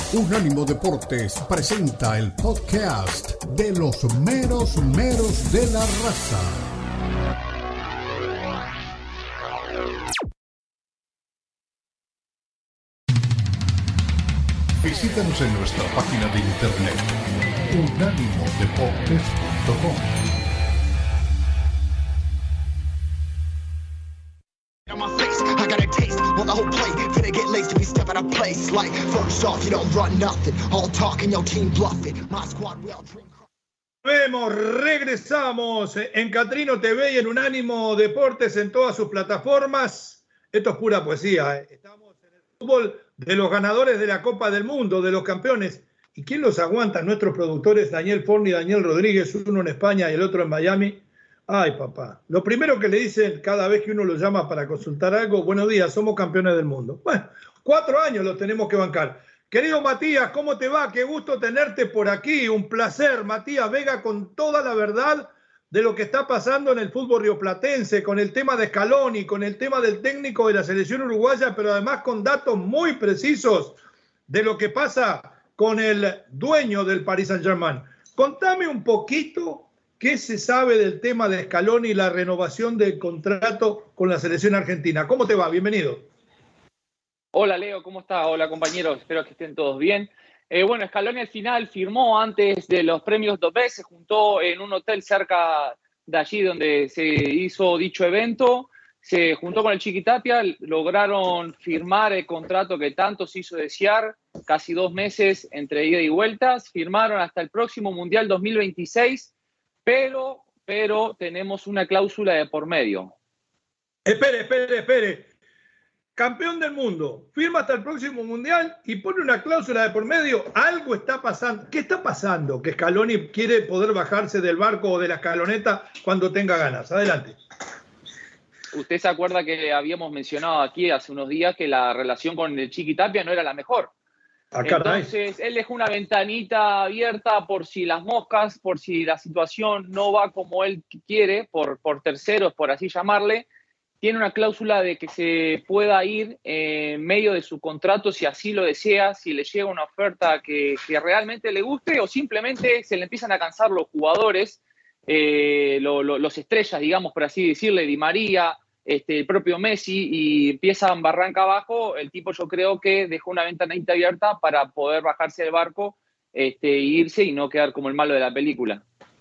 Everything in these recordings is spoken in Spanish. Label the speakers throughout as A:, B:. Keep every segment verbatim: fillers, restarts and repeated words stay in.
A: Unánimo Deportes presenta el podcast de los meros meros de la raza. Visítanos en nuestra página de internet unánimo deportes punto com.
B: Vemos, regresamos en Catrino T V y en Unánimo Deportes en todas sus plataformas. Esto es pura poesía. Estamos en el fútbol de los ganadores de la Copa del Mundo, de los campeones. ¿Y quién los aguanta? Nuestros productores Daniel Forni y Daniel Rodríguez, uno en España y el otro en Miami. Ay, papá. Lo primero que le dicen cada vez que uno lo llama para consultar algo, buenos días, somos campeones del mundo. Bueno, cuatro años los tenemos que bancar. Querido Matías, ¿cómo te va? Qué gusto tenerte por aquí. Un placer, Matías Vega, con toda la verdad de lo que está pasando en el fútbol rioplatense, con el tema de Scaloni, con el tema del técnico de la selección uruguaya, pero además con datos muy precisos de lo que pasa con el dueño del Paris Saint-Germain. Contame un poquito qué se sabe del tema de Scaloni y la renovación del contrato con la selección argentina. ¿Cómo te va? Bienvenido.
C: Hola Leo, ¿cómo estás? Hola compañeros, espero que estén todos bien. Eh, bueno, Scaloni al final firmó antes de los premios Dobé, se juntó en un hotel cerca de allí donde se hizo dicho evento, se juntó con el Chiqui Tapia, lograron firmar el contrato que tanto se hizo desear, casi dos meses entre ida y vueltas, firmaron hasta el próximo Mundial dos mil veintiséis, pero, pero tenemos una cláusula de por medio.
B: Espere, espere, espere. Campeón del mundo, firma hasta el próximo Mundial y pone una cláusula de por medio. Algo está pasando. ¿Qué está pasando? Que Scaloni quiere poder bajarse del barco o de la escaloneta cuando tenga ganas. Adelante.
C: Usted se acuerda que habíamos mencionado aquí hace unos días que la relación con el Chiqui Tapia no era la mejor.
B: Acá
C: Entonces, él dejó una ventanita abierta por si las moscas, por si la situación no va como él quiere, por, por terceros, por así llamarle. Tiene una cláusula de que se pueda ir en medio de su contrato si así lo desea, si le llega una oferta que, que realmente le guste o simplemente se le empiezan a cansar los jugadores, eh, lo, lo, los estrellas, digamos, por así decirle, Di María, este, el propio Messi, y empiezan barranca abajo. El tipo yo creo que dejó una ventanita abierta para poder bajarse del barco este, e irse y no quedar como el malo de la película.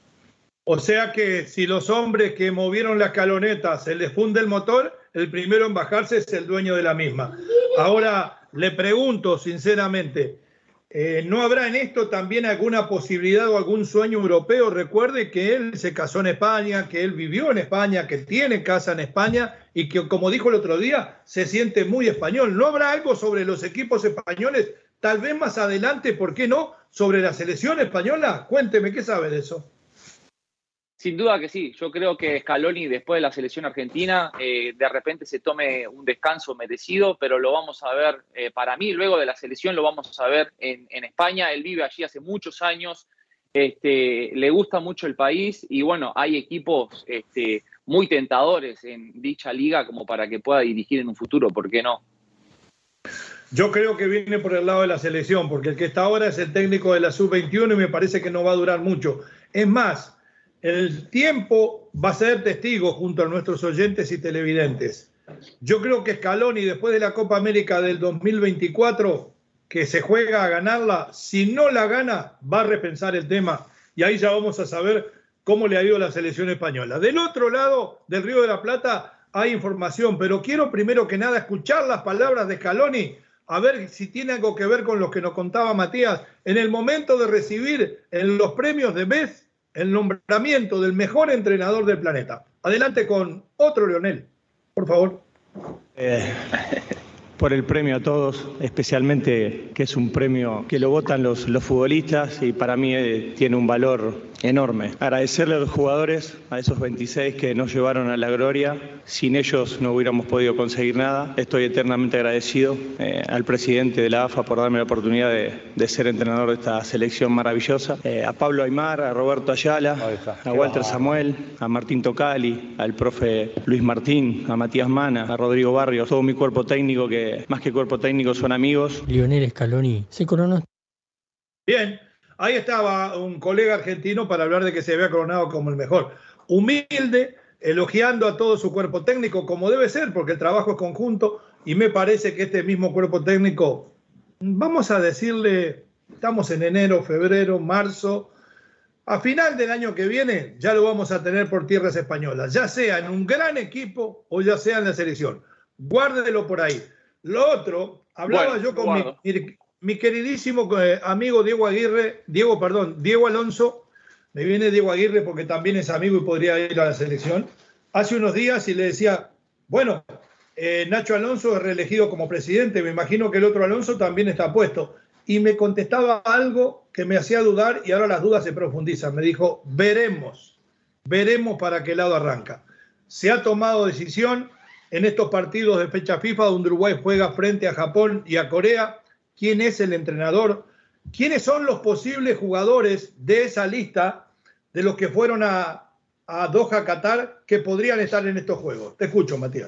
B: O sea que si los hombres que movieron la escaloneta se les funde el motor, el primero en bajarse es el dueño de la misma. Ahora, le pregunto sinceramente, eh, ¿no habrá en esto también alguna posibilidad o algún sueño europeo? Recuerde que él se casó en España, que él vivió en España, que tiene casa en España y que, como dijo el otro día, se siente muy español. ¿No habrá algo sobre los equipos españoles? Tal vez más adelante, ¿por qué no? Sobre la selección española. Cuénteme, ¿qué sabe de eso?
C: Sin duda que sí, yo creo que Scaloni después de la selección argentina eh, de repente se tome un descanso merecido, pero lo vamos a ver, eh, para mí luego de la selección lo vamos a ver en, en España. Él vive allí hace muchos años, este, le gusta mucho el país y bueno, hay equipos este, muy tentadores en dicha liga como para que pueda dirigir en un futuro, ¿por qué no?
B: Yo creo que viene por el lado de la selección, porque el que está ahora es el técnico de la sub veintiuno y me parece que no va a durar mucho. Es más, el tiempo va a ser testigo junto a nuestros oyentes y televidentes. Yo creo que Scaloni, después de la Copa América del dos mil veinticuatro, que se juega a ganarla, si no la gana, va a repensar el tema. Y ahí ya vamos a saber cómo le ha ido a la selección española. Del otro lado del Río de la Plata hay información, pero quiero primero que nada escuchar las palabras de Scaloni, a ver si tiene algo que ver con lo que nos contaba Matías. En el momento de recibir en los premios de Best el nombramiento del mejor entrenador del planeta. Adelante con otro Lionel, por favor.
D: Eh, por el premio a todos, especialmente que es un premio que lo votan los, los futbolistas y para mí eh, tiene un valor enorme. Agradecerle a los jugadores, a esos veintiséis que nos llevaron a la gloria. Sin ellos no hubiéramos podido conseguir nada. Estoy eternamente agradecido eh, al presidente de la A F A por darme la oportunidad de, de ser entrenador de esta selección maravillosa. Eh, a Pablo Aimar, a Roberto Ayala, a Walter Samuel, a Martín Tocali, al profe Luis Martín, a Matías Mana, a Rodrigo Barrios, todo mi cuerpo técnico que más que cuerpo técnico son amigos.
E: Lionel Scaloni se coronó
B: Bien, ahí estaba un colega argentino para hablar de que se había coronado como el mejor. Humilde, elogiando a todo su cuerpo técnico como debe ser, porque el trabajo es conjunto y me parece que este mismo cuerpo técnico, vamos a decirle, estamos en enero, febrero, marzo, a final del año que viene ya lo vamos a tener por tierras españolas, ya sea en un gran equipo o ya sea en la selección. Guárdelo por ahí. Lo otro, hablaba bueno, yo con mi, mi, mi queridísimo eh, amigo Diego Aguirre, Diego, perdón, Diego Alonso, me viene Diego Aguirre porque también es amigo y podría ir a la selección, hace unos días y le decía, bueno, eh, Nacho Alonso es reelegido como presidente, me imagino que el otro Alonso también está puesto. Y me contestaba algo que me hacía dudar y ahora las dudas se profundizan. Me dijo, veremos, veremos para qué lado arranca. Se ha tomado decisión en estos partidos de fecha FIFA donde Uruguay juega frente a Japón y a Corea. ¿Quién es el entrenador? ¿Quiénes son los posibles jugadores de esa lista de los que fueron a, a Doha, Qatar, que podrían estar en estos juegos? Te escucho, Matías.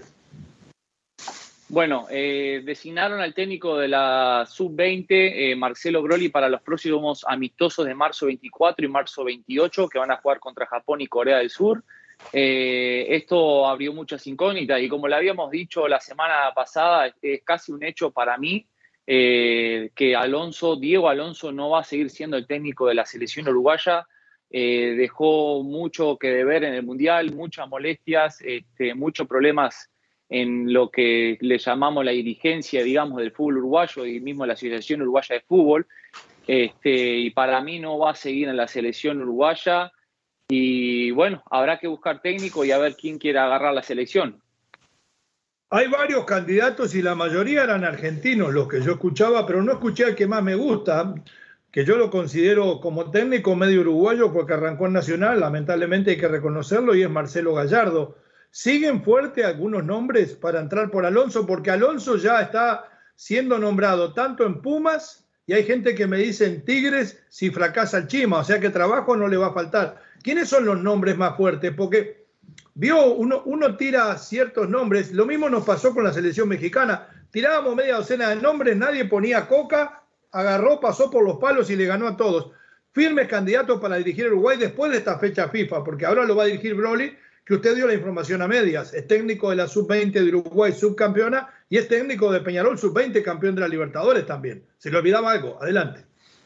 C: Bueno, eh, designaron al técnico de la sub veinte, eh, Marcelo Broly, para los próximos amistosos de marzo veinticuatro y marzo veintiocho, que van a jugar contra Japón y Corea del Sur. Eh, esto abrió muchas incógnitas y como le habíamos dicho la semana pasada, es casi un hecho para mí eh, que Alonso, Diego Alonso no va a seguir siendo el técnico de la selección uruguaya. Eh, dejó mucho que deber en el Mundial, muchas molestias, este, muchos problemas en lo que le llamamos la dirigencia, digamos, del fútbol uruguayo y mismo la Asociación Uruguaya de Fútbol. Este, y para mí no va a seguir en la selección uruguaya. Y bueno, habrá que buscar técnico y a ver quién quiere agarrar la selección.
B: Hay varios candidatos y la mayoría eran argentinos los que yo escuchaba, pero no escuché al que más me gusta, que yo lo considero como técnico medio uruguayo porque arrancó en Nacional, lamentablemente hay que reconocerlo, y es Marcelo Gallardo. ¿Siguen fuerte algunos nombres para entrar por Alonso? Porque Alonso ya está siendo nombrado tanto en Pumas y hay gente que me dice en Tigres si fracasa el Chima, o sea que trabajo no le va a faltar. ¿Quiénes son los nombres más fuertes? Porque vio, uno, uno tira ciertos nombres, lo mismo nos pasó con la selección mexicana, tirábamos media docena de nombres, nadie ponía coca, agarró, pasó por los palos y le ganó a todos. Firmes candidatos para dirigir Uruguay después de esta fecha FIFA, porque ahora lo va a dirigir Broly, que usted dio la información a medias. Es técnico de la sub veinte de Uruguay, subcampeona, y es técnico de Peñarol, sub veinte, campeón de la Libertadores también. Se le olvidaba algo. Adelante.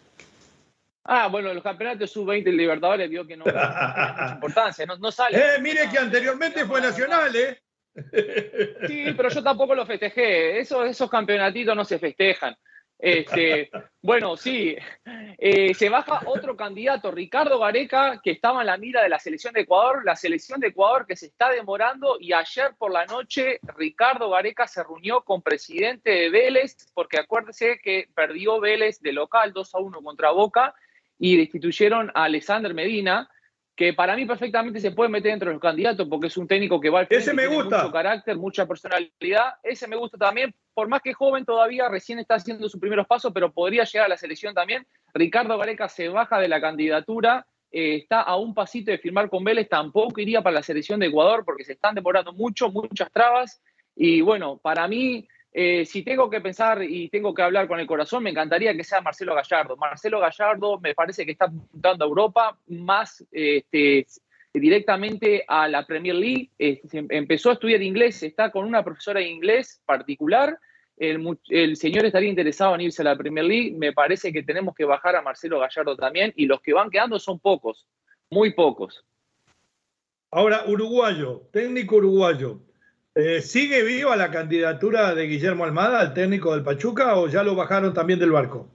C: Ah, bueno, los campeonatos sub veinte de Libertadores vio que no tiene mucha importancia. No, no sale.
B: Eh, mire que anteriormente fue Nacional, ¿eh?
C: Sí, pero yo tampoco lo festejé. Esos, esos campeonatitos no se festejan. Este, bueno, sí, eh, se baja otro candidato, Ricardo Gareca, que estaba en la mira de la selección de Ecuador, la selección de Ecuador que se está demorando, y ayer por la noche Ricardo Gareca se reunió con presidente de Vélez, porque acuérdese que perdió Vélez de local dos a uno contra Boca y destituyeron a Alexander Medina, que para mí perfectamente se puede meter dentro de los candidatos porque es un técnico que va al frente,
B: ese me
C: tiene
B: gusta.
C: Mucho carácter, mucha personalidad. Ese me gusta también, por más que joven todavía, recién está haciendo sus primeros pasos, pero podría llegar a la selección también. Ricardo Gareca se baja de la candidatura, eh, está a un pasito de firmar con Vélez, tampoco iría para la selección de Ecuador porque se están demorando mucho, muchas trabas. Y bueno, para mí, eh, si tengo que pensar y tengo que hablar con el corazón, me encantaría que sea Marcelo Gallardo. Marcelo Gallardo me parece que está apuntando a Europa, más este, directamente a la Premier League. Este, empezó a estudiar inglés, está con una profesora de inglés particular. El, el señor estaría interesado en irse a la Premier League. Me parece que tenemos que bajar a Marcelo Gallardo también, y los que van quedando son pocos, muy pocos.
B: Ahora, uruguayo, técnico uruguayo. Eh, ¿Sigue viva la candidatura de Guillermo Almada, al técnico del Pachuca, o ya lo bajaron también del barco?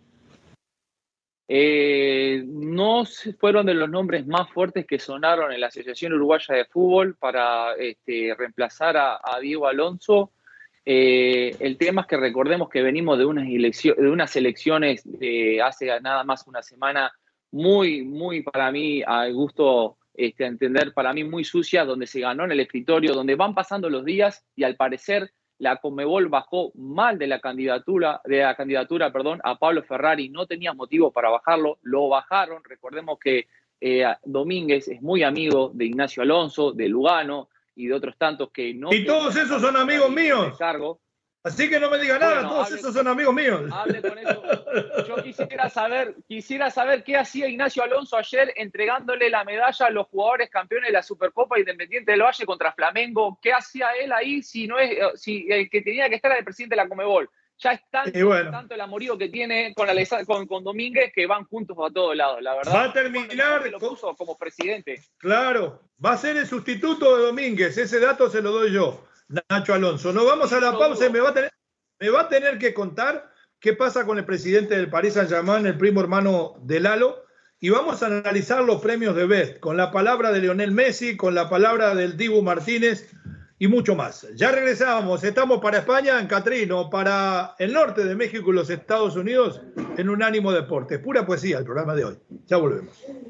C: Eh, no fueron de los nombres más fuertes que sonaron en la Asociación Uruguaya de Fútbol para este, reemplazar a, a Diego Alonso. Eh, el tema es que recordemos que venimos de unas, elecciones, de unas elecciones de hace nada más una semana muy, muy para mí, al gusto este, entender, para mí muy sucia, donde se ganó en el escritorio, donde van pasando los días y al parecer la Conmebol bajó mal de la candidatura, de la candidatura perdón, a Pablo Ferrari, no tenía motivo para bajarlo, lo bajaron. Recordemos que eh, Domínguez es muy amigo de Ignacio Alonso, de Lugano y de otros tantos que no...
B: Y todos esos son amigos míos.
C: Cargo.
B: Así que no me diga nada,
C: bueno,
B: todos
C: hable,
B: esos son amigos míos.
C: Hable con eso. Yo quisiera saber, quisiera saber qué hacía Ignacio Alonso ayer entregándole la medalla a los jugadores campeones de la Supercopa Independiente del Valle contra Flamengo. ¿Qué hacía él ahí si no es, si el que tenía que estar era el presidente de la Conmebol? Ya es tanto, bueno. tanto el amorío que tiene con, la, con, con Domínguez que van juntos a todos lados, la verdad.
B: Va a terminar
C: lo puso como presidente.
B: Claro, va a ser el sustituto de Domínguez, ese dato se lo doy yo, Nacho Alonso. Nos vamos a la pausa y me va a tener, me va a tener que contar qué pasa con el presidente del Paris Saint-Germain, el primo hermano de Lalo, y vamos a analizar los premios de Best, con la palabra de Lionel Messi, con la palabra del Dibu Martínez, y mucho más. Ya regresamos, estamos para España, en Catrino, para el norte de México y los Estados Unidos, en Unánimo Deportes. Pura poesía el programa de hoy. Ya volvemos.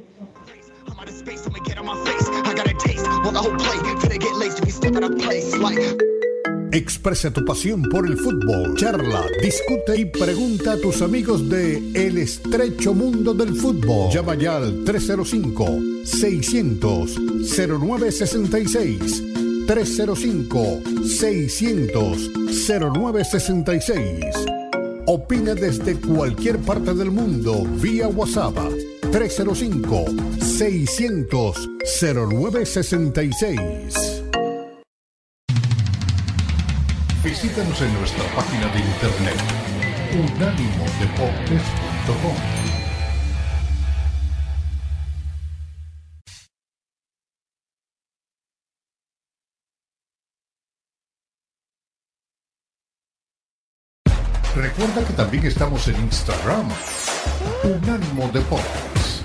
A: Expresa tu pasión por el fútbol, charla, discute y pregunta a tus amigos de El Estrecho Mundo del Fútbol. Llama ya al tres cero cinco, seiscientos, cero nueve sesenta y seis. tres cero cinco, seiscientos, cero nueve sesenta y seis. Opina desde cualquier parte del mundo vía WhatsApp tres cero cinco, seiscientos, cero nueve sesenta y seis. Visítanos en nuestra página de internet unánimo deportes punto com. Recuerda que también estamos en Instagram, Unánimo Deportes.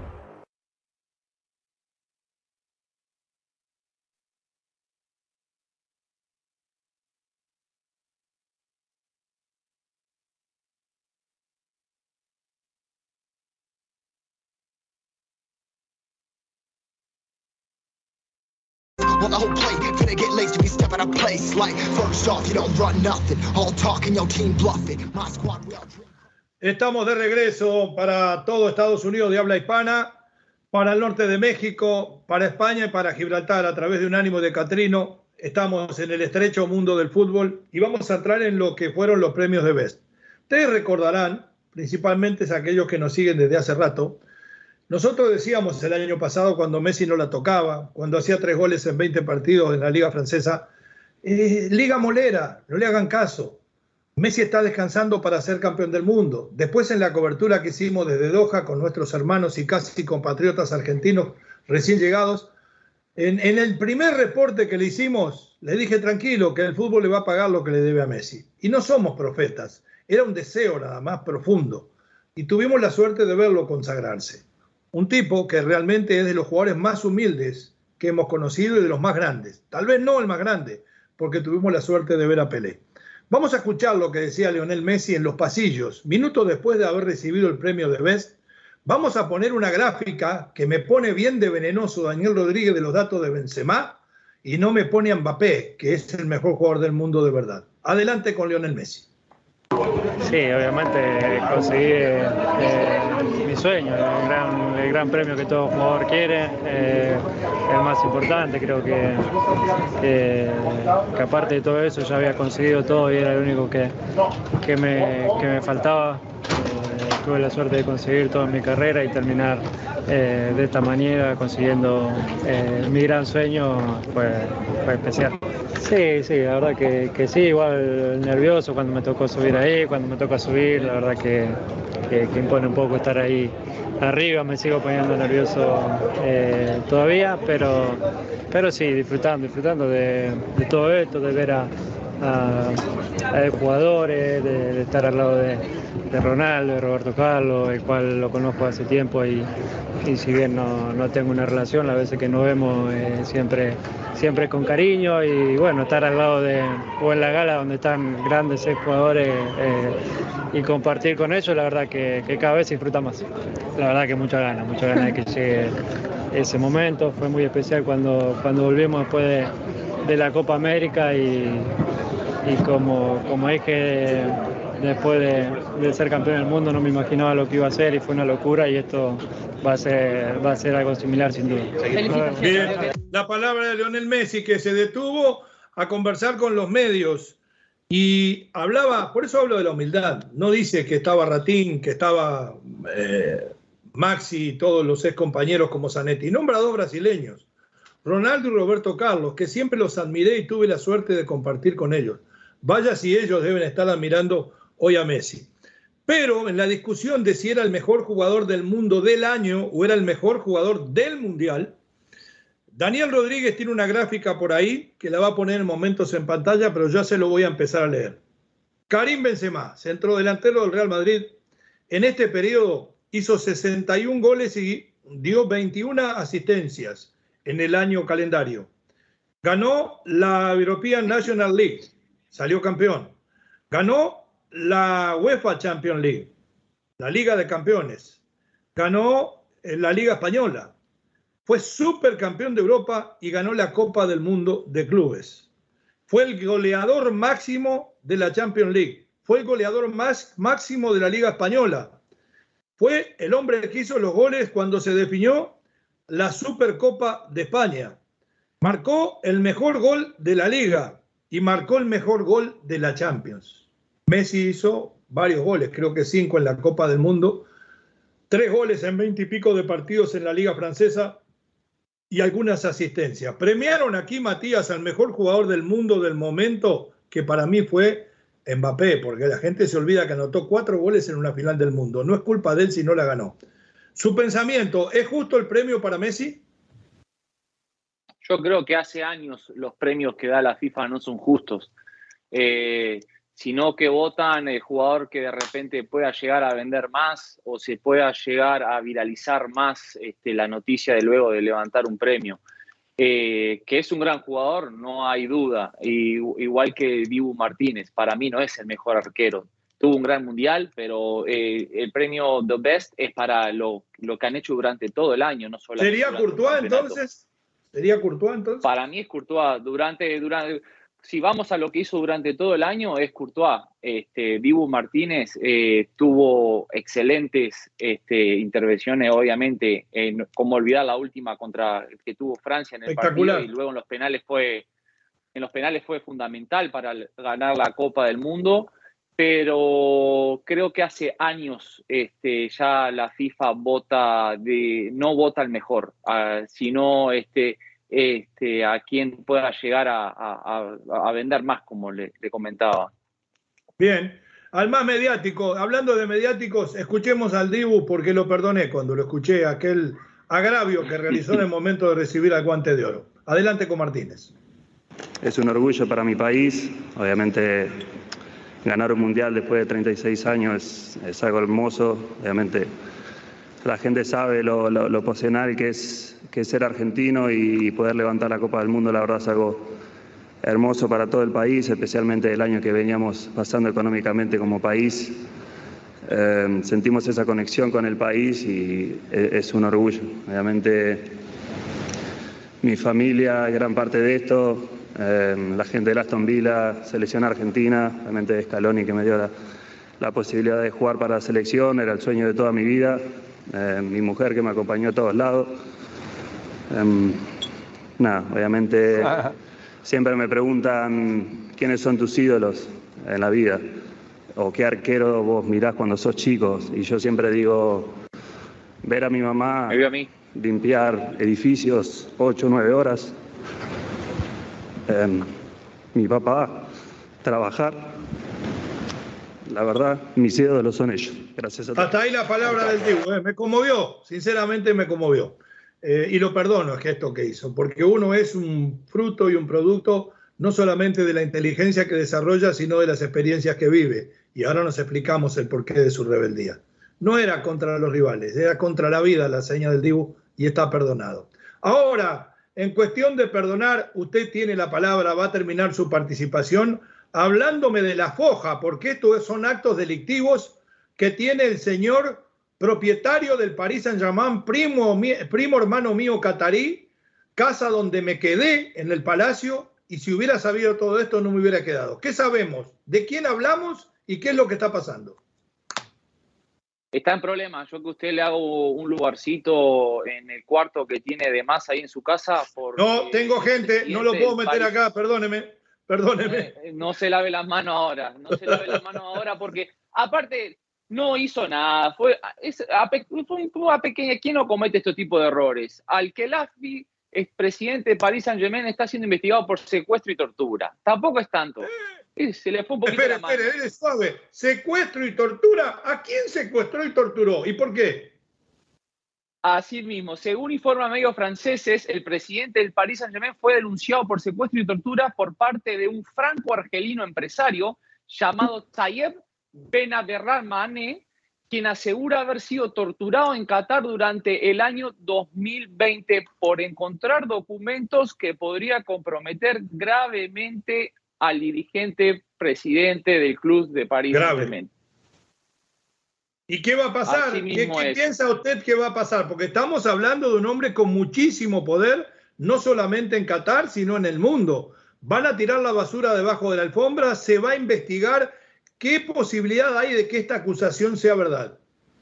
E: Well, the whole play finna get laced if we step out of place. Like, first off, you don't run nothing. All talking, your team bluffing. My squad, we all dream.
B: Estamos de regreso para todo Estados Unidos de habla hispana, para el norte de México, para España y para Gibraltar a través de Unánimo de Catrino. Estamos en el estrecho mundo del fútbol y vamos a entrar en lo que fueron los premios de Best. Ustedes recordarán, principalmente es aquellos que nos siguen desde hace rato, nosotros decíamos el año pasado cuando Messi no la tocaba, cuando hacía tres goles en veinte partidos en la Liga Francesa, eh, Liga Molera, no le hagan caso. Messi está descansando para ser campeón del mundo. Después en la cobertura que hicimos desde Doha con nuestros hermanos y casi compatriotas argentinos recién llegados, en, en el primer reporte que le hicimos, le dije tranquilo que el fútbol le va a pagar lo que le debe a Messi. Y no somos profetas, era un deseo nada más profundo. Y tuvimos la suerte de verlo consagrarse. Un tipo que realmente es de los jugadores más humildes que hemos conocido y de los más grandes. Tal vez no el más grande, porque tuvimos la suerte de ver a Pelé. Vamos a escuchar lo que decía Lionel Messi en los pasillos, minutos después de haber recibido el premio de Best. Vamos a poner una gráfica que me pone bien de venenoso Daniel Rodríguez de los datos de Benzema y no me pone a Mbappé, que es el mejor jugador del mundo de verdad. Adelante con Lionel Messi.
F: Sí, obviamente conseguí eh, mi sueño, el gran, el gran premio que todo jugador quiere, eh, el más importante. Creo que, que, que aparte de todo eso ya había conseguido todo y era el único que, que, me, que me faltaba. Eh, tuve la suerte de conseguir todo en mi carrera y terminar eh, de esta manera consiguiendo eh, mi gran sueño fue, fue especial. Sí, sí, la verdad que, que sí, igual nervioso cuando me tocó subir ahí, cuando me toca subir, la verdad que, que, que impone un poco estar ahí arriba, me sigo poniendo nervioso eh, todavía, pero, pero sí, disfrutando, disfrutando de, de todo esto, de ver a, a, a jugadores, de, de estar al lado de, de Ronaldo, de Roberto Carlos, el cual lo conozco hace tiempo y, y si bien no, no tengo una relación, las veces que nos vemos eh, siempre, siempre con cariño y bueno, estar al lado de, o en la gala donde están grandes jugadores eh, y compartir con ellos, la verdad que, que cada vez se disfruta más. La verdad que muchas ganas, muchas ganas de que llegue ese momento. Fue muy especial cuando, cuando volvimos después de, de la Copa América y, y como, como dije, después de, de ser campeón del mundo no me imaginaba lo que iba a ser y fue una locura y esto va a ser, va a ser algo similar sin duda.
B: Bien, la palabra de Lionel Messi que se detuvo a conversar con los medios Y hablaba, por eso hablo de la humildad, no dice que estaba Ratín, que estaba eh, Maxi y todos los ex compañeros como Zanetti, nombra dos brasileños, Ronaldo y Roberto Carlos, que siempre los admiré y tuve la suerte de compartir con ellos. Vaya si ellos deben estar admirando hoy a Messi. Pero en la discusión de si era el mejor jugador del mundo del año o era el mejor jugador del mundial, Daniel Rodríguez tiene una gráfica por ahí que la va a poner en momentos en pantalla, pero ya se lo voy a empezar a leer. Karim Benzema, centrodelantero del Real Madrid, en este periodo hizo sesenta y un goles y dio veintiuna asistencias en el año calendario. Ganó la European National League, salió campeón. Ganó la UEFA Champions League, la Liga de Campeones. Ganó la Liga Española. Fue supercampeón de Europa y ganó la Copa del Mundo de Clubes. Fue el goleador máximo de la Champions League. Fue el goleador más máximo de la Liga Española. Fue el hombre que hizo los goles cuando se definió la Supercopa de España. Marcó el mejor gol de la Liga y marcó el mejor gol de la Champions. Messi hizo varios goles, creo que cinco en la Copa del Mundo, tres goles en veinte y pico de partidos en la Liga Francesa y algunas asistencias. Premiaron aquí, Matías, al mejor jugador del mundo del momento, que para mí fue Mbappé, porque la gente se olvida que anotó cuatro goles en una final del mundo. No es culpa de él si no la ganó. Su pensamiento, ¿es justo el premio para Messi?
C: Yo creo que hace años los premios que da la FIFA no son justos, eh, sino que votan el jugador que de repente pueda llegar a vender más o se pueda llegar a viralizar más este, la noticia de luego de levantar un premio. Eh, que es un gran jugador, no hay duda, y, igual que Dibu Martínez, para mí no es el mejor arquero. Tuvo un gran mundial, pero eh, el premio The Best es para lo, lo que han hecho durante todo el año, no solo.
B: ¿Sería Courtois entonces? ¿Sería Courtois entonces?
C: Para mí es Courtois. Durante, durante, si vamos a lo que hizo durante todo el año, es Courtois. Este, Dibu Martínez eh, tuvo excelentes este, intervenciones, obviamente, en, como olvidar la última contra que tuvo Francia en el partido, y luego en los penales fue, en los penales fue fundamental para ganar la Copa del Mundo. Pero creo que hace años este, ya la FIFA vota de, no vota al mejor, uh, sino este, este, a quien pueda llegar a, a, a vender más, como le, le comentaba.
B: Bien, al más mediático, hablando de mediáticos, escuchemos al Dibu, porque lo perdoné cuando lo escuché, aquel agravio que realizó en el momento de recibir el Guante de Oro. Adelante con Martínez.
G: Es un orgullo para mi país, obviamente. Ganar un mundial después de treinta y seis años es, es algo hermoso. Obviamente la gente sabe lo, lo, lo pasional que es, que es ser argentino y poder levantar la Copa del Mundo. La verdad es algo hermoso para todo el país, especialmente el año que veníamos pasando económicamente como país. Eh, sentimos esa conexión con el país y es, es un orgullo. Obviamente mi familia, gran parte de esto. Eh, la gente de Aston Villa, selección argentina, realmente Scaloni, que me dio la, la posibilidad de jugar para la selección, era el sueño de toda mi vida. Eh, mi mujer, que me acompañó a todos lados. Eh, nada, obviamente siempre me preguntan quiénes son tus ídolos en la vida o qué arquero vos mirás cuando sos chico, y yo siempre digo, ver a mi mamá
C: a mí.
G: limpiar edificios ocho o nueve horas. Eh, mi papá, trabajar. La verdad, mis ídolos son ellos. Gracias a todos.
B: Hasta ahí la palabra del Dibu, eh. me conmovió, sinceramente me conmovió. Eh, y lo perdono, es que esto que hizo, porque uno es un fruto y un producto no solamente de la inteligencia que desarrolla, sino de las experiencias que vive. Y ahora nos explicamos el porqué de su rebeldía. No era contra los rivales, era contra la vida la seña del Dibu, y está perdonado. Ahora, en cuestión de perdonar, usted tiene la palabra, va a terminar su participación hablándome de la foja, porque estos son actos delictivos que tiene el señor propietario del Paris Saint-Germain, primo, primo hermano mío catarí, casa donde me quedé en el Palacio, y si hubiera sabido todo esto no me hubiera quedado. ¿Qué sabemos? ¿De quién hablamos? ¿Y qué es lo que está pasando?
C: Está en problemas. Yo que a usted le hago un lugarcito en el cuarto que tiene de más ahí en su casa.
B: No, tengo gente, no lo puedo meter acá, perdóneme. Perdóneme.
C: Eh, no se lave las manos ahora, no se lave las manos ahora porque, aparte, no hizo nada. Fue, es, a, fue una pequeña. ¿Quién no comete este tipo de errores? Al-Khelaifi, expresidente de Paris Saint-Germain, está siendo investigado por secuestro y tortura. Tampoco es tanto. Eh, se le fue un poquito
B: espere,
C: la mano.
B: espere, él es suave. Secuestro y tortura. ¿A quién secuestró y torturó? ¿Y por qué?
C: Así mismo, según informan medios franceses, el presidente del Paris Saint-Germain fue denunciado por secuestro y tortura por parte de un franco-argelino empresario llamado Tayeb Benaberramane, quien asegura haber sido torturado en Qatar durante el año dos mil veinte por encontrar documentos que podría comprometer gravemente al dirigente presidente del club de Paris Saint-Germain.
B: ¿Y qué va a pasar? ¿Qué, ¿Qué piensa usted que va a pasar? Porque estamos hablando de un hombre con muchísimo poder, no solamente en Qatar, sino en el mundo. ¿Van a tirar la basura debajo de la alfombra? ¿Se va a investigar? ¿Qué posibilidad hay de que esta acusación sea verdad?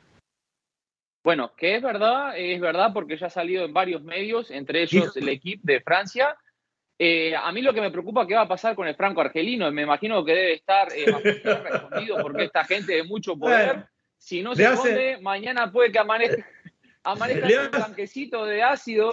C: Bueno, que es verdad, es verdad porque ya ha salido en varios medios, entre ellos el equipo de Francia. Eh, a mí lo que me preocupa es qué va a pasar con el franco-argelino. Me imagino que debe estar eh, bastante respondido porque esta gente de mucho poder... Si no se esconde, mañana puede que amanezca, amanezca un tanquecito de ácido.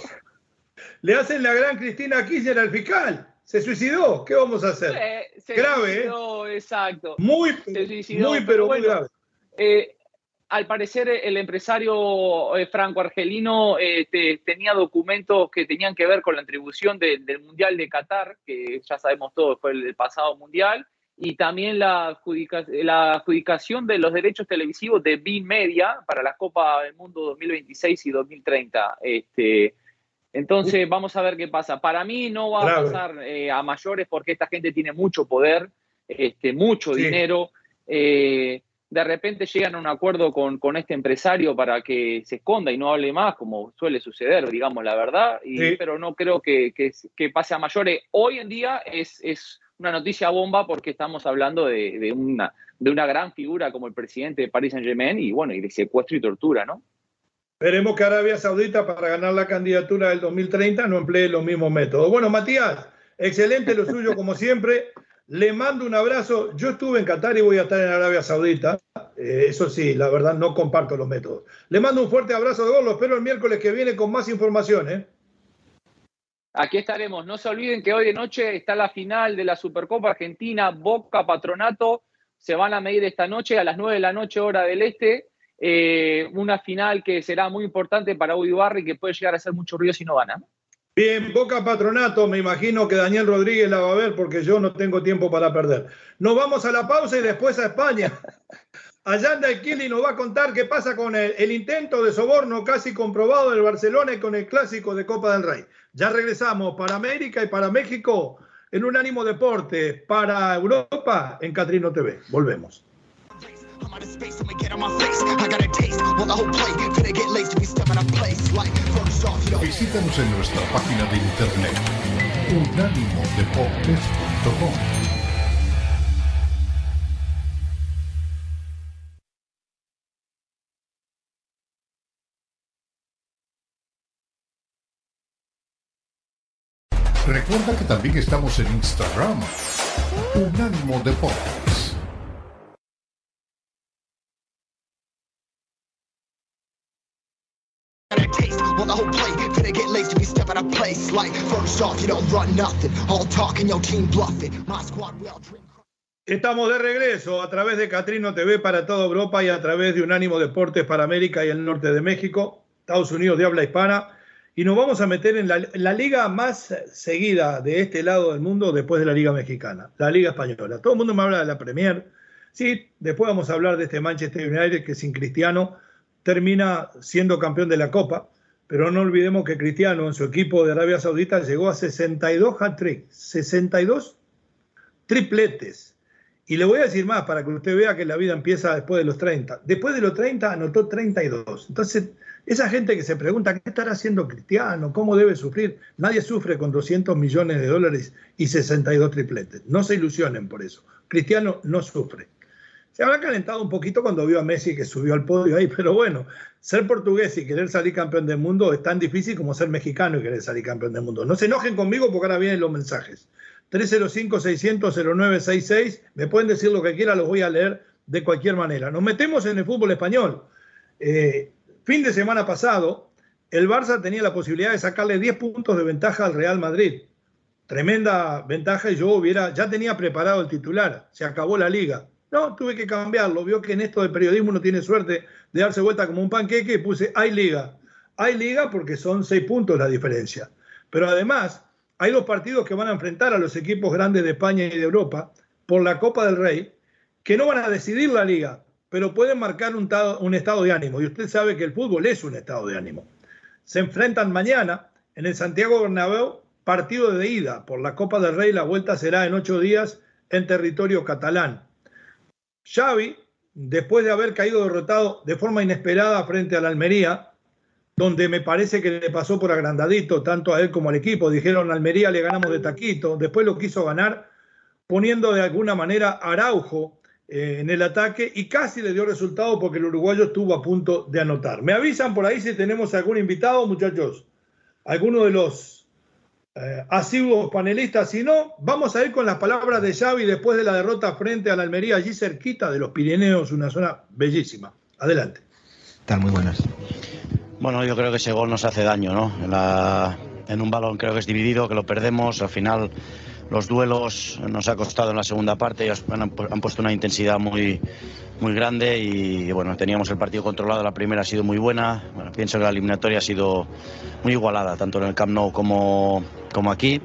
B: Le hacen la gran Cristina Kirchner al fiscal. Se suicidó. ¿Qué vamos a hacer?
C: Se, se
B: grave,
C: suicidó,
B: ¿eh?
C: Exacto.
B: Muy,
C: se suicidó,
B: muy pero, pero
C: bueno,
B: muy grave.
C: Eh, al parecer, el empresario eh, franco-argelino eh, te, tenía documentos que tenían que ver con la atribución de, del Mundial de Qatar, que ya sabemos todo, fue el, el pasado Mundial. Y también la, adjudica, la adjudicación de los derechos televisivos de B Media para la Copa del Mundo dos mil veintiséis y dos mil treinta. Este, entonces, vamos a ver qué pasa. Para mí no va a pasar eh, a mayores porque esta gente tiene mucho poder, este, mucho sí. dinero. Eh, de repente llegan a un acuerdo con, con este empresario para que se esconda y no hable más, como suele suceder, digamos la verdad. Y, sí. Pero no creo que, que, que pase a mayores. Hoy en día es... es una noticia bomba porque estamos hablando de, de, una, de una gran figura como el presidente de Paris Saint-Germain y bueno, y de secuestro y tortura, ¿no?
B: Esperemos que Arabia Saudita para ganar la candidatura del dos mil treinta no emplee los mismos métodos. Bueno, Matías, excelente lo suyo como siempre. Le mando un abrazo. Yo estuve en Qatar y voy a estar en Arabia Saudita. Eh, eso sí, la verdad no comparto los métodos. Le mando un fuerte abrazo de gol. Lo espero el miércoles que viene con más información, ¿eh?
C: Aquí estaremos. No se olviden que hoy de noche está la final de la Supercopa Argentina, Boca Patronato. Se van a medir esta noche a las nueve de la noche, hora del este. Eh, una final que será muy importante para Uy Barri, que puede llegar a hacer mucho ruido si no gana.
B: Bien, Boca Patronato. Me imagino que Daniel Rodríguez la va a ver porque yo no tengo tiempo para perder. Nos vamos a la pausa y después a España. Ayanda Alquili nos va a contar qué pasa con el, el intento de soborno casi comprobado del Barcelona y con el clásico de Copa del Rey. Ya regresamos para América y para México en Unánimo Deporte, para Europa en Catrino T V. Volvemos.
A: Visítanos en nuestra página de internet unánimo deportes punto com. Recuerda que también estamos en Instagram, Unánimo Deportes.
B: Estamos de regreso a través de Catrino T V para toda Europa y a través de Unánimo Deportes para América y el norte de México, Estados Unidos de habla hispana. Y nos vamos a meter en la, en la liga más seguida de este lado del mundo después de la Liga Mexicana, la Liga Española. Todo el mundo me habla de la Premier. Sí, después vamos a hablar de este Manchester United que sin Cristiano termina siendo campeón de la Copa. Pero no olvidemos que Cristiano en su equipo de Arabia Saudita llegó a sesenta y dos hat-tricks, sesenta y dos tripletes. Y le voy a decir más para que usted vea que la vida empieza después de los treinta. Después de los treinta anotó treinta y dos. Entonces, esa gente que se pregunta qué estará haciendo Cristiano, cómo debe sufrir. Nadie sufre con doscientos millones de dólares y sesenta y dos tripletes. No se ilusionen por eso. Cristiano no sufre. Se habrá calentado un poquito cuando vio a Messi que subió al podio ahí, pero bueno, ser portugués y querer salir campeón del mundo es tan difícil como ser mexicano y querer salir campeón del mundo. No se enojen conmigo porque ahora vienen los mensajes. tres cero cinco, seiscientos, cero nueve seis seis. Me pueden decir lo que quieran, los voy a leer de cualquier manera. Nos metemos en el fútbol español. Eh, fin de semana pasado, el Barça tenía la posibilidad de sacarle diez puntos de ventaja al Real Madrid. Tremenda ventaja y yo hubiera, ya tenía preparado el titular. Se acabó la liga. No, tuve que cambiarlo. Vio que en esto del periodismo uno tiene suerte de darse vuelta como un panqueque y puse hay liga. Hay liga porque son seis puntos la diferencia. Pero además hay dos partidos que van a enfrentar a los equipos grandes de España y de Europa por la Copa del Rey, que no van a decidir la liga, pero pueden marcar un, un estado de ánimo. Y usted sabe que el fútbol es un estado de ánimo. Se enfrentan mañana en el Santiago Bernabéu, partido de ida por la Copa del Rey. La vuelta será en ocho días en territorio catalán. Xavi, después de haber caído derrotado de forma inesperada frente a la Almería, donde me parece que le pasó por agrandadito tanto a él como al equipo, dijeron Almería le ganamos de taquito, después lo quiso ganar poniendo de alguna manera a Araujo eh, en el ataque y casi le dio resultado porque el uruguayo estuvo a punto de anotar. Me avisan por ahí si tenemos algún invitado, muchachos, alguno de los eh, asiduos panelistas. Si no, vamos a ir con las palabras de Xavi después de la derrota frente a la Almería, allí cerquita de los Pirineos, una zona bellísima. Adelante.
H: Tal, muy buenas.
I: Bueno, yo creo que ese gol nos hace daño, ¿no? En, la, en un balón creo que es dividido, que lo perdemos. Al final los duelos nos ha costado en la segunda parte. Ellos han, han puesto una intensidad muy, muy grande y bueno, teníamos el partido controlado. La primera ha sido muy buena. Bueno, pienso que la eliminatoria ha sido muy igualada, tanto en el Camp Nou como, como aquí.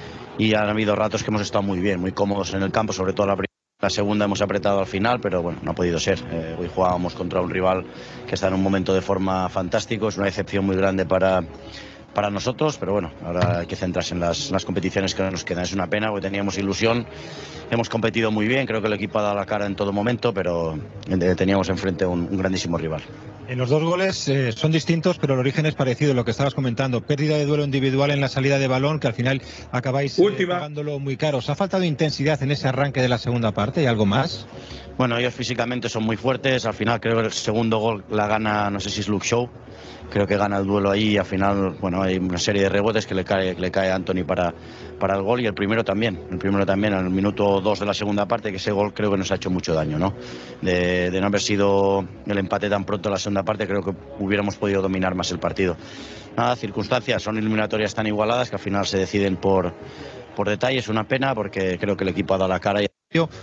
I: Y han habido ratos que hemos estado muy bien, muy cómodos en el campo, sobre todo la primera. La segunda hemos apretado al final, pero bueno, no ha podido ser. Eh, hoy jugábamos contra un rival que está en un momento de forma fantástico. Es una decepción muy grande para, para nosotros, pero bueno, ahora hay que centrarse en las, las competiciones que nos quedan. Es una pena porque teníamos ilusión. Hemos competido muy bien, creo que el equipo ha dado la cara en todo momento, pero teníamos enfrente un, un grandísimo rival.
H: En los dos goles eh, son distintos, pero el origen es parecido, lo que estabas comentando. Pérdida de duelo individual en la salida de balón, que al final acabáis eh, pagándolo muy caro. ¿Os ha faltado intensidad en ese arranque de la segunda parte y algo más?
I: Bueno, ellos físicamente son muy fuertes. Al final creo que el segundo gol la gana, no sé si es Luke Shaw. Creo que gana el duelo ahí y al final, bueno, hay una serie de rebotes que le cae, que le cae a Anthony para, para el gol y el primero también. El primero también, en el minuto dos de la segunda parte, que ese gol creo que nos ha hecho mucho daño, ¿no? De, de no haber sido el empate tan pronto en la segunda parte, creo que hubiéramos podido dominar más el partido. Nada, circunstancias, son eliminatorias tan igualadas que al final se deciden por, por detalle. Es una pena porque creo que el equipo ha dado la cara. Y...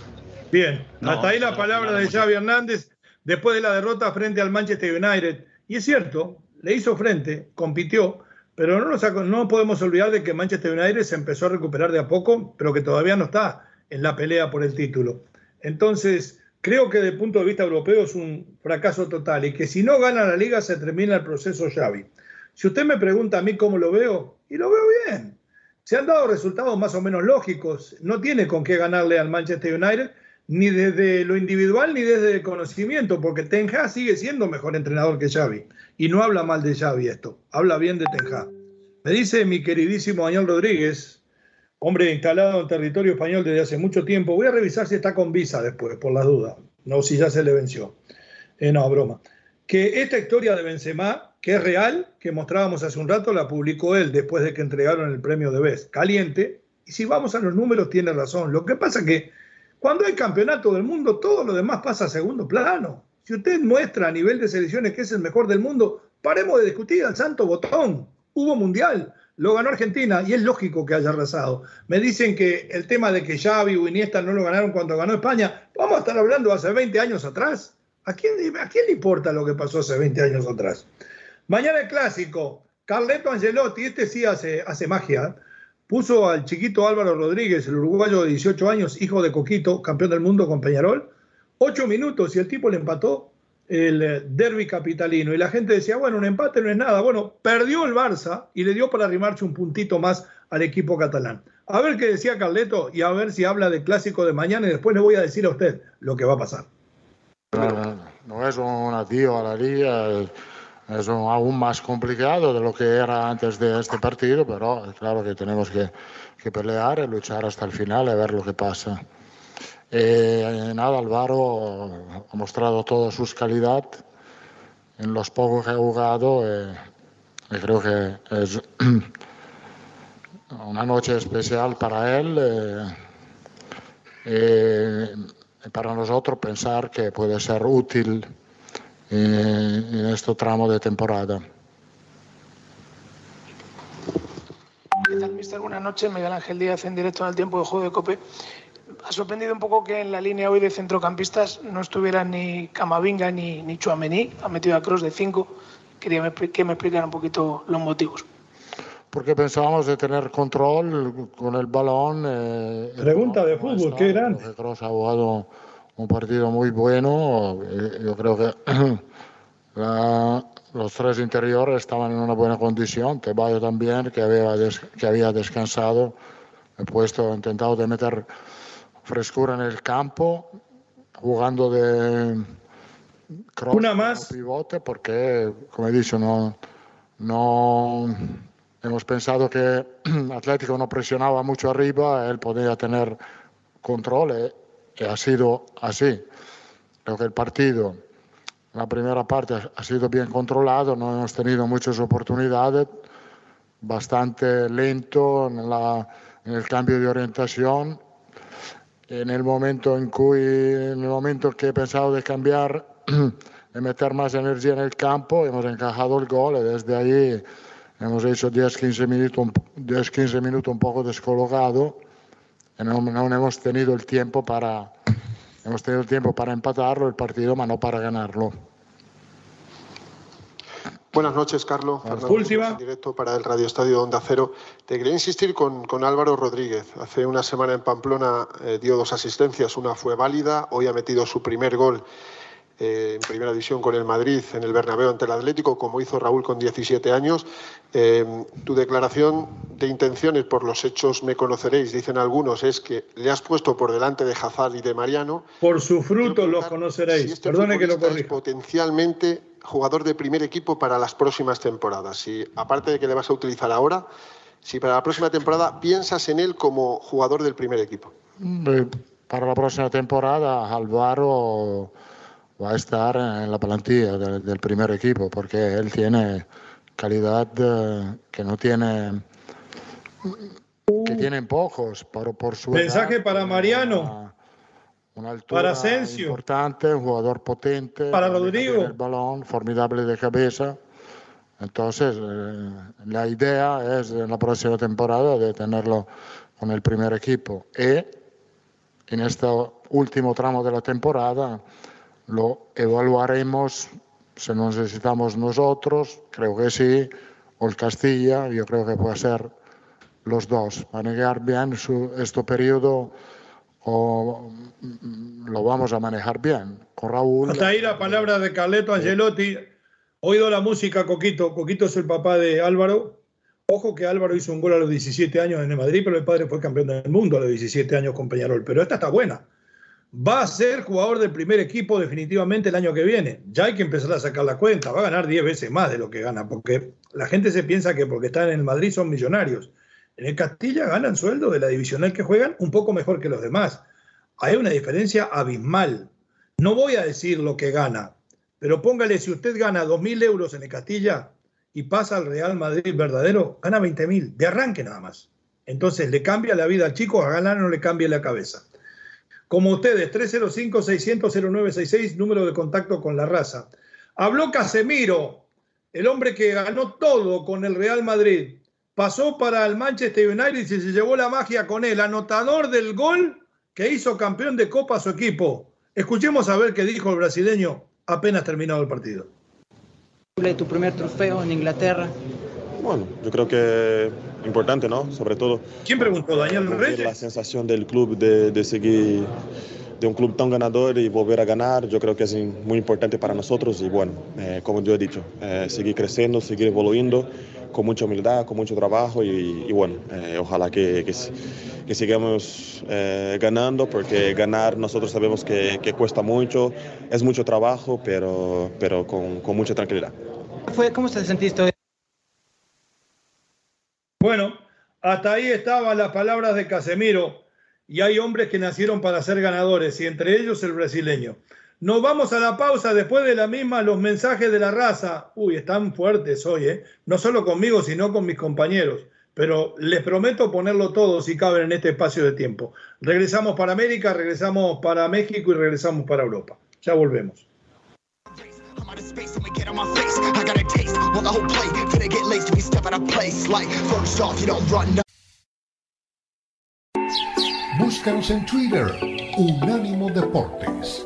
B: Bien,
I: no,
B: hasta ahí la palabra de Xavi Hernández después de la derrota frente al Manchester United. Y es cierto, le hizo frente, compitió, pero no, nos, no podemos olvidar de que Manchester United se empezó a recuperar de a poco, pero que todavía no está en la pelea por el título. Entonces, creo que desde el punto de vista europeo es un fracaso total y que si no gana la Liga se termina el proceso Xavi. Si usted me pregunta a mí cómo lo veo, y lo veo bien. Se han dado resultados más o menos lógicos. No tiene con qué ganarle al Manchester United, ni desde lo individual ni desde el conocimiento, porque Ten Hag sigue siendo mejor entrenador que Xavi. Y no habla mal de Xavi esto, habla bien de Ten Hag. Me dice mi queridísimo Daniel Rodríguez, hombre instalado en territorio español desde hace mucho tiempo, voy a revisar si está con visa después, por las dudas, no si ya se le venció. Eh, no, broma. Que esta historia de Benzema, que es real, que mostrábamos hace un rato, la publicó él después de que entregaron el premio de Best, caliente, y si vamos a los números tiene razón. Lo que pasa es que cuando hay campeonato del mundo, todo lo demás pasa a segundo plano. Si usted muestra a nivel de selecciones que es el mejor del mundo, paremos de discutir al santo botón. Hubo mundial, lo ganó Argentina y es lógico que haya arrasado. Me dicen que el tema de que Xavi o Iniesta no lo ganaron cuando ganó España, vamos a estar hablando hace veinte años atrás. ¿A quién, a quién le importa lo que pasó hace veinte años atrás? Mañana el clásico, Carleto Ancelotti, este sí hace, hace magia, puso al chiquito Álvaro Rodríguez, el uruguayo de dieciocho años, hijo de Coquito, campeón del mundo con Peñarol, ocho minutos y el tipo le empató el derbi capitalino. Y la gente decía, bueno, un empate no es nada. Bueno, perdió el Barça y le dio para arrimarse un puntito más al equipo catalán. A ver qué decía Carleto y a ver si habla del clásico de mañana y después le voy a decir a usted lo que va a pasar.
J: No, no es un adiós a la liga, es un, aún más complicado de lo que era antes de este partido, pero claro que tenemos que, que pelear y luchar hasta el final y ver lo que pasa. Eh, nada, Álvaro ha mostrado toda su calidad en los pocos que ha jugado eh, y creo que es una noche especial para él eh, eh, y para nosotros pensar que puede ser útil eh, en este tramo de temporada.
K: ¿Qué tal, mister? Buenas noches. Miguel Ángel Díaz en directo en el tiempo de juego de COPE. Ha sorprendido un poco que en la línea hoy de centrocampistas no estuvieran ni Camavinga ni, ni Tchouaméni. Ha metido a Kroos de cinco. Quería que me explicara un poquito los motivos.
J: Porque pensábamos de tener control con el balón. Eh,
B: Pregunta de fútbol, está, qué grande.
J: Kroos ha jugado un partido muy bueno. Yo creo que la, los tres interiores estaban en una buena condición. Tebayo también, que había, des, que había descansado. He puesto, he intentado de meter frescura en el campo, jugando de cross,
B: una más
J: pivote, porque, como he dicho, no, no hemos pensado que Atlético no presionaba mucho arriba, él podía tener control y, y ha sido así. Creo que el partido, la primera parte ha sido bien controlado, no hemos tenido muchas oportunidades, bastante lento en, la, en el cambio de orientación. En el momento en cui, en el momento que he pensado de cambiar, de meter más energía en el campo, hemos encajado el gol y desde ahí hemos hecho diez quince minutos, diez quince minutos un poco descolocado y no, no hemos tenido el tiempo para, hemos tenido el tiempo para empatarlo el partido, pero no para ganarlo.
L: Buenas noches, Carlos.
B: Última.
L: En directo para el Radio Estadio Onda Cero. Te quería insistir con, con Álvaro Rodríguez. Hace una semana en Pamplona eh, dio dos asistencias, una fue válida, hoy ha metido su primer gol eh, en Primera División con el Madrid en el Bernabéu ante el Atlético, como hizo Raúl con diecisiete años. Eh, tu declaración de intenciones, por los hechos me conoceréis, dicen algunos, es que le has puesto por delante de Hazard y de Mariano.
B: Por su fruto los conoceréis.
L: Si este
B: Perdone que lo corrija.
L: Es potencialmente jugador de primer equipo para las próximas temporadas. Si, aparte de que le vas a utilizar ahora, si para la próxima temporada piensas en él como jugador del primer equipo.
J: Para la próxima temporada, Álvaro va a estar en la plantilla del, del primer equipo, porque él tiene calidad eh, que no tiene, que tienen pocos, pero por su
B: mensaje
J: edad,
B: para Mariano.
J: Una, Una altura
B: para Asensio,
J: importante, un jugador potente,
B: para Rodrigo,
J: el balón, formidable de cabeza. Entonces, eh, la idea es en la próxima temporada de tenerlo con el primer equipo. Y en este último tramo de la temporada lo evaluaremos si nos necesitamos nosotros, creo que sí, o el Castilla, yo creo que puede ser los dos. Manejar bien su, este periodo o lo vamos a manejar bien con Raúl.
B: Hasta ahí la palabra de Carleto Ancelotti. Oído la música, Coquito. Coquito es el papá de Álvaro. Ojo que Álvaro hizo un gol a los diecisiete años en el Madrid, pero el padre fue campeón del mundo a los diecisiete años con Peñarol. Pero esta está buena. Va a ser jugador del primer equipo definitivamente el año que viene. Ya hay que empezar a sacar la cuenta. Va a ganar diez veces más de lo que gana, porque la gente se piensa que porque están en el Madrid son millonarios. En el Castilla ganan sueldo de la divisional que juegan un poco mejor que los demás. Hay una diferencia abismal. No voy a decir lo que gana, pero póngale, si usted gana dos mil euros en el Castilla y pasa al Real Madrid verdadero, gana veinte mil, de arranque nada más. Entonces le cambia la vida al chico, a ganar no le cambie la cabeza. Como ustedes, tres cero cinco, seiscientos, cero nueve sesenta y seis, número de contacto con la raza. Habló Casemiro, el hombre que ganó todo con el Real Madrid. Pasó para el Manchester United y se llevó la magia con él, anotador del gol que hizo campeón de Copa a su equipo. Escuchemos a ver qué dijo el brasileño apenas terminado el partido.
M: Tu primer trofeo en Inglaterra.
N: Bueno, yo creo que importante, ¿no? Sobre todo.
B: ¿Quién preguntó? Daniel Reyes.
N: La sensación del club de, de seguir, de un club tan ganador y volver a ganar, yo creo que es muy importante para nosotros y bueno, eh, como yo he dicho, eh, seguir creciendo, seguir evoluyendo con mucha humildad, con mucho trabajo y, y bueno, eh, ojalá que, que, que sigamos eh, ganando, porque ganar nosotros sabemos que, que cuesta mucho, es mucho trabajo, pero, pero con, con mucha tranquilidad.
M: ¿Cómo te sentiste hoy?
B: Bueno, hasta ahí estaban las palabras de Casemiro, y hay hombres que nacieron para ser ganadores, y entre ellos el brasileño. Nos vamos a la pausa, después de la misma los mensajes de la raza. Uy, están fuertes hoy, ¿eh? No solo conmigo, sino con mis compañeros. pero les prometo ponerlo todo si caben en este espacio de tiempo. Regresamos para América, regresamos para México y regresamos para Europa. Ya volvemos.
A: Búscanos en Twitter, Unánimo Deportes.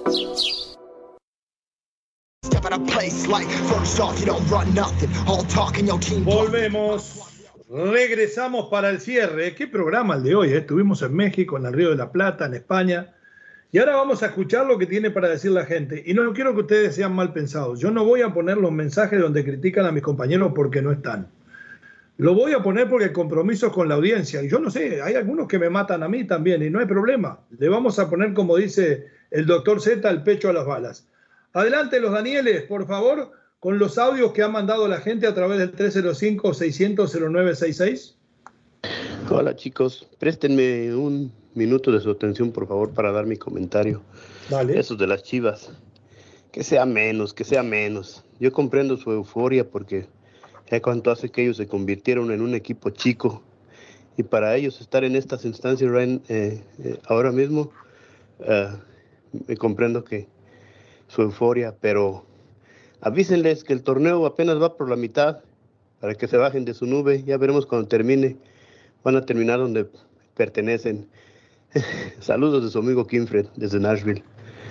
A: Volvemos, regresamos para el cierre. Qué programa el de hoy, ¿eh? Estuvimos en México, en el Río de la Plata, en España. Y ahora vamos a escuchar lo que tiene para decir la gente. Y no quiero que ustedes sean mal pensados. Yo no voy a poner los mensajes donde critican a mis compañeros porque no están. Lo voy a poner porque el compromiso es con la audiencia. Y yo no sé, hay algunos que me matan a mí también y no hay problema. Le vamos a poner, como dice el doctor Z, el pecho a las balas. Adelante los Danieles, por favor, con los audios que ha mandado la gente a través del tres cero cinco, seiscientos, cero nueve sesenta y seis.
O: Hola chicos, préstenme un minuto de su atención por favor para dar mi comentario.
B: Dale.
O: Esos de las Chivas, que sea menos, que sea menos. Yo comprendo su euforia porque ya cuánto hace que ellos se convirtieron en un equipo chico y para ellos estar en estas instancias eh, eh, ahora mismo, eh, me comprendo que su euforia, pero avísenles que el torneo apenas va por la mitad para que se bajen de su nube. Ya veremos cuando termine, van a terminar donde pertenecen. Saludos de su amigo Kinfred desde Nashville.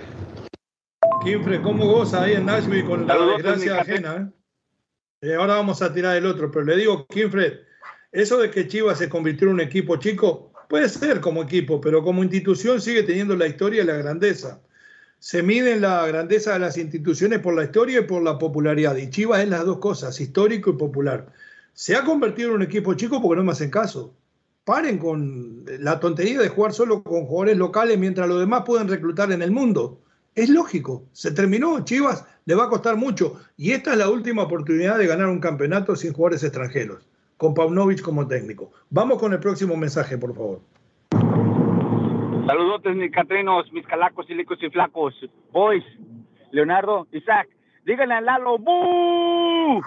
B: Kinfred, ¿cómo goza ahí en Nashville con la Saludos, desgracia ajena? ¿eh? Eh, ahora vamos a tirar el otro, pero le digo, Kinfred, eso de que Chivas se convirtió en un equipo chico, puede ser como equipo, pero como institución sigue teniendo la historia y la grandeza. Se mide la grandeza de las instituciones por la historia y por la popularidad. Y Chivas es las dos cosas, histórico y popular. Se ha convertido en un equipo chico porque no me hacen caso. Paren con la tontería de jugar solo con jugadores locales mientras los demás pueden reclutar en el mundo. Es lógico, se terminó. Chivas le va a costar mucho. Y esta es la última oportunidad de ganar un campeonato sin jugadores extranjeros, con Paunovic como técnico. Vamos con el próximo mensaje, por favor.
P: Saludos, mis catrinos, mis calacos, silicos y flacos. Boys, Leonardo, Isaac, díganle a Lalo, ¡bú!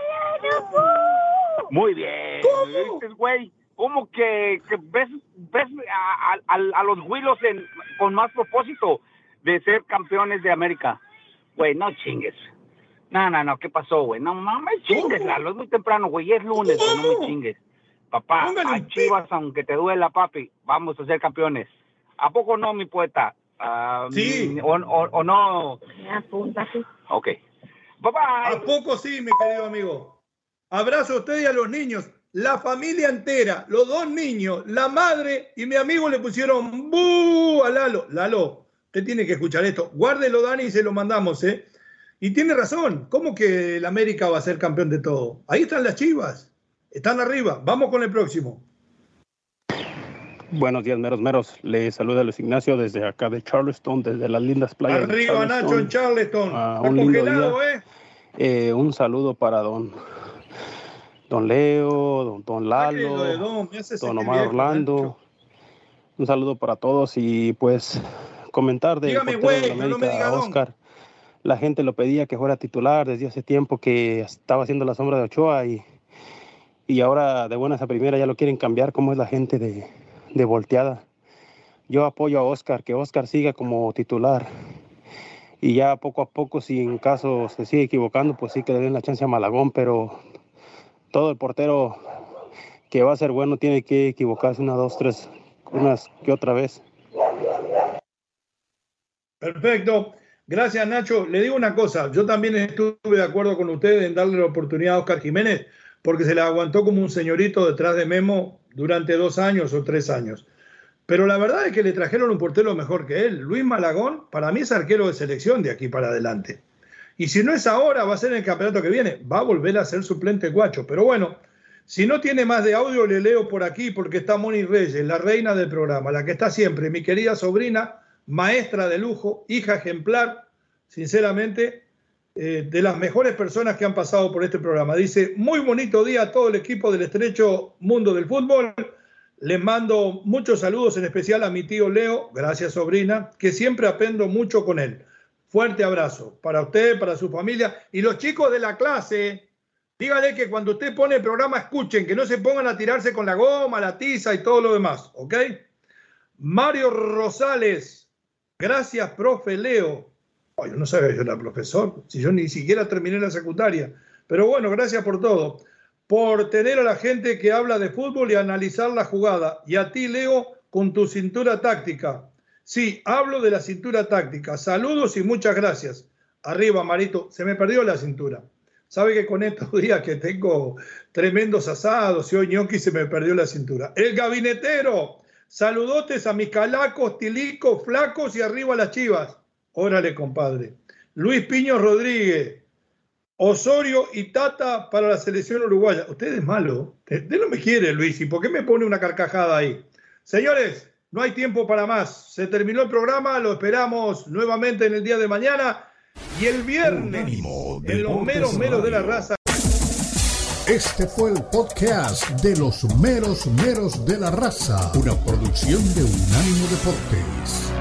P: Muy bien. ¿Viste, güey? ¿Cómo que, que ves, ves a, a, a los Huilos en, con más propósito de ser campeones de América? Güey, no chingues. No, no, no, ¿qué pasó, güey? No, no me chingues, Lalo, es muy temprano, güey, es lunes, güey, no me chingues. Papá, a Chivas, aunque te duela, papi, vamos a ser campeones. ¿A poco no, mi poeta? Uh,
B: sí.
P: O, o, ¿O no? Apúntate. Ok. Bye bye.
B: ¿A poco sí, mi querido amigo? Abrazo a usted y a los niños. La familia entera, los dos niños, la madre y mi amigo le pusieron ¡bú! A Lalo. Lalo, usted tiene que escuchar esto. Guárdelo, Dani, y se lo mandamos, ¿eh? Y tiene razón. ¿Cómo que el América va a ser campeón de todo? Ahí están las Chivas. Están arriba. Vamos con el próximo.
Q: Buenos días, meros meros. Le saluda Luis Ignacio desde acá de Charleston, desde las lindas playas.
B: Arriba, Nacho, en Charleston.
Q: Ah,
B: Está
Q: un
B: congelado,
Q: día.
B: ¿eh?
Q: ¿eh? Un saludo para don, don Leo, don, don Lalo,
B: de don,
Q: don Omar viejo, Orlando. Nacho. Un saludo para todos y pues comentar de
B: Dígame,
Q: portero
B: güey,
Q: de América,
B: no me diga
Q: Oscar. Don. La gente lo pedía que fuera titular desde hace tiempo, que estaba haciendo la sombra de Ochoa y, y ahora de buenas a primera ya lo quieren cambiar. ¿Cómo es la gente de, de volteada? Yo apoyo a Oscar, que Oscar siga como titular. Y ya poco a poco, si en caso se sigue equivocando, pues sí que le den la chance a Malagón, pero todo el portero que va a ser bueno tiene que equivocarse una, dos, tres, unas que otra vez.
B: Perfecto. Gracias, Nacho. Le digo una cosa, yo también estuve de acuerdo con ustedes en darle la oportunidad a Oscar Jiménez, porque se le aguantó como un señorito detrás de Memo durante dos años o tres años. Pero la verdad es que le trajeron un portero mejor que él. Luis Malagón, para mí es arquero de selección de aquí para adelante. Y si no es ahora, va a ser en el campeonato que viene. Va a volver a ser suplente Guacho. Pero bueno, si no tiene más de audio, le leo por aquí porque está Moni Reyes, la reina del programa, la que está siempre, mi querida sobrina, maestra de lujo, hija ejemplar, sinceramente, eh, de las mejores personas que han pasado por este programa. Dice, muy bonito día a todo el equipo del estrecho mundo del fútbol. Les mando muchos saludos, en especial a mi tío Leo, gracias sobrina, que siempre aprendo mucho con él. Fuerte abrazo para usted, para su familia y los chicos de la clase, Dígale que cuando usted pone el programa, escuchen, que no se pongan a tirarse con la goma, la tiza y todo lo demás, ¿ok? Mario Rosales, gracias, profe Leo. Oh, yo no sabía que yo era profesor, si yo ni siquiera terminé la secundaria. Pero bueno, gracias por todo. Por tener a la gente que habla de fútbol y analizar la jugada. Y a ti, Leo, con tu cintura táctica. Sí, hablo de la cintura táctica. Saludos y muchas gracias. Arriba, Marito. Se me perdió la cintura. Sabe que con estos días que tengo tremendos asados y hoy ñoqui se me perdió la cintura. El gabinetero. Saludotes a mis calacos, tilicos, flacos y arriba las chivas. Órale, compadre. Luis Piño Rodríguez. Osorio y Tata para la selección uruguaya. Usted es malo. Usted no me quiere, Luis. ¿Y por qué me pone una carcajada ahí? Señores, no hay tiempo para más. Se terminó el programa. Lo esperamos nuevamente en el día de mañana. Y el viernes, en los meros meros de la raza.
A: Este fue el podcast de los meros meros de la raza. Una producción de Unánimo Deportes.